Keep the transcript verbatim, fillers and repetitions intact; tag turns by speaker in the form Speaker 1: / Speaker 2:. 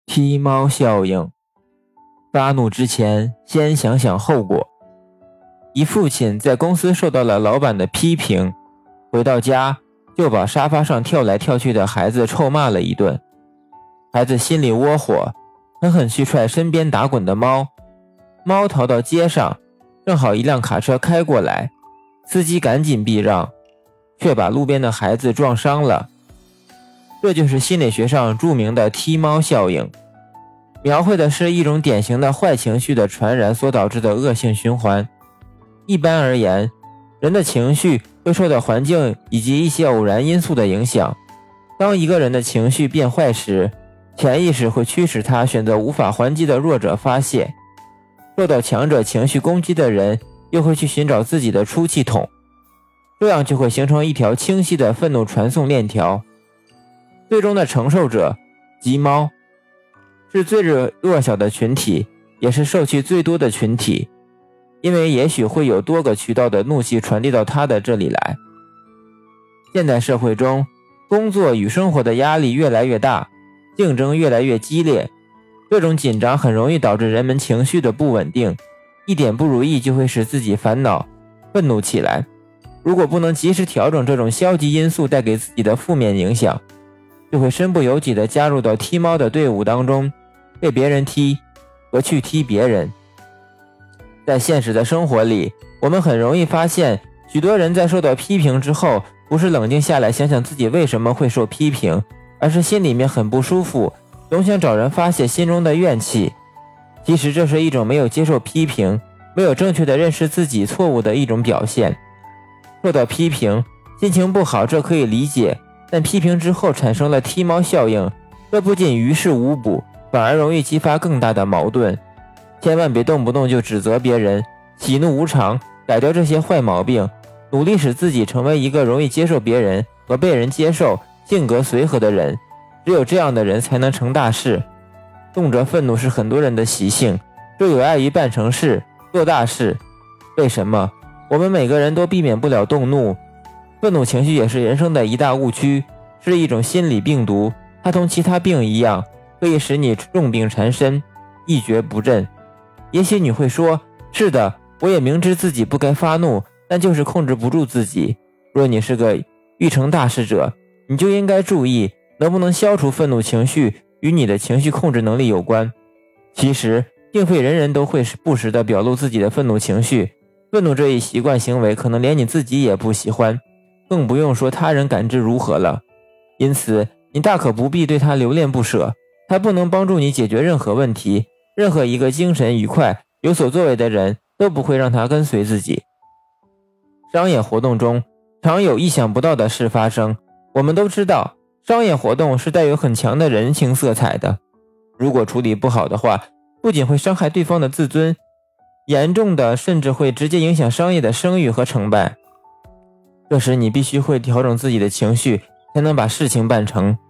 Speaker 1: 踢猫效应。发怒之前，先想想后果。一父亲在公司受到了老板的批评，回到家就把沙发上跳来跳去的孩子臭骂了一顿。孩子心里窝火，狠狠去踹身边打滚的猫，猫逃到街上，正好一辆卡车开过来，司机赶紧避让，却把路边的孩子撞伤了。这就是心理学上著名的踢猫效应，描绘的是一种典型的坏情绪的传染所导致的恶性循环。一般而言，人的情绪会受到环境以及一些偶然因素的影响。当一个人的情绪变坏时，潜意识会驱使他选择无法还击的弱者发泄，受到强者情绪攻击的人又会去寻找自己的出气筒，这样就会形成一条清晰的愤怒传送链条。最终的承受者即猫，是最弱小的群体，也是受气最多的群体，因为也许会有多个渠道的怒气传递到他的这里来。现代社会中，工作与生活的压力越来越大，竞争越来越激烈，这种紧张很容易导致人们情绪的不稳定，一点不如意就会使自己烦恼、愤怒起来。如果不能及时调整这种消极因素带给自己的负面影响，就会身不由己地加入到踢猫的队伍当中，被别人踢和去踢别人。在现实的生活里，我们很容易发现，许多人在受到批评之后，不是冷静下来想想自己为什么会受批评，而是心里面很不舒服，总想找人发泄心中的怨气。其实这是一种没有接受批评，没有正确的认识自己错误的一种表现。受到批评，心情不好，这可以理解，但批评之后产生了踢猫效应，这不仅于事无补，反而容易激发更大的矛盾。千万别动不动就指责别人，喜怒无常，改掉这些坏毛病，努力使自己成为一个容易接受别人和被人接受、性格随和的人。只有这样的人才能成大事。动辄愤怒是很多人的习性，这有碍于办成事、做大事。为什么？我们每个人都避免不了动怒，愤怒情绪也是人生的一大误区，是一种心理病毒，它同其他病一样，可以使你重病缠身，一蹶不振。也许你会说，是的，我也明知自己不该发怒，但就是控制不住自己。若你是个欲成大事者，你就应该注意，能不能消除愤怒情绪与你的情绪控制能力有关。其实并非人人都会不时地表露自己的愤怒情绪，愤怒这一习惯行为可能连你自己也不喜欢，更不用说他人感知如何了。因此你大可不必对他留恋不舍，他不能帮助你解决任何问题，任何一个精神愉快有所作为的人都不会让他跟随自己。商业活动中常有意想不到的事发生，我们都知道商业活动是带有很强的人情色彩的，如果处理不好的话，不仅会伤害对方的自尊，严重的甚至会直接影响商业的声誉和成败。这时你必须会调整自己的情绪，才能把事情办成。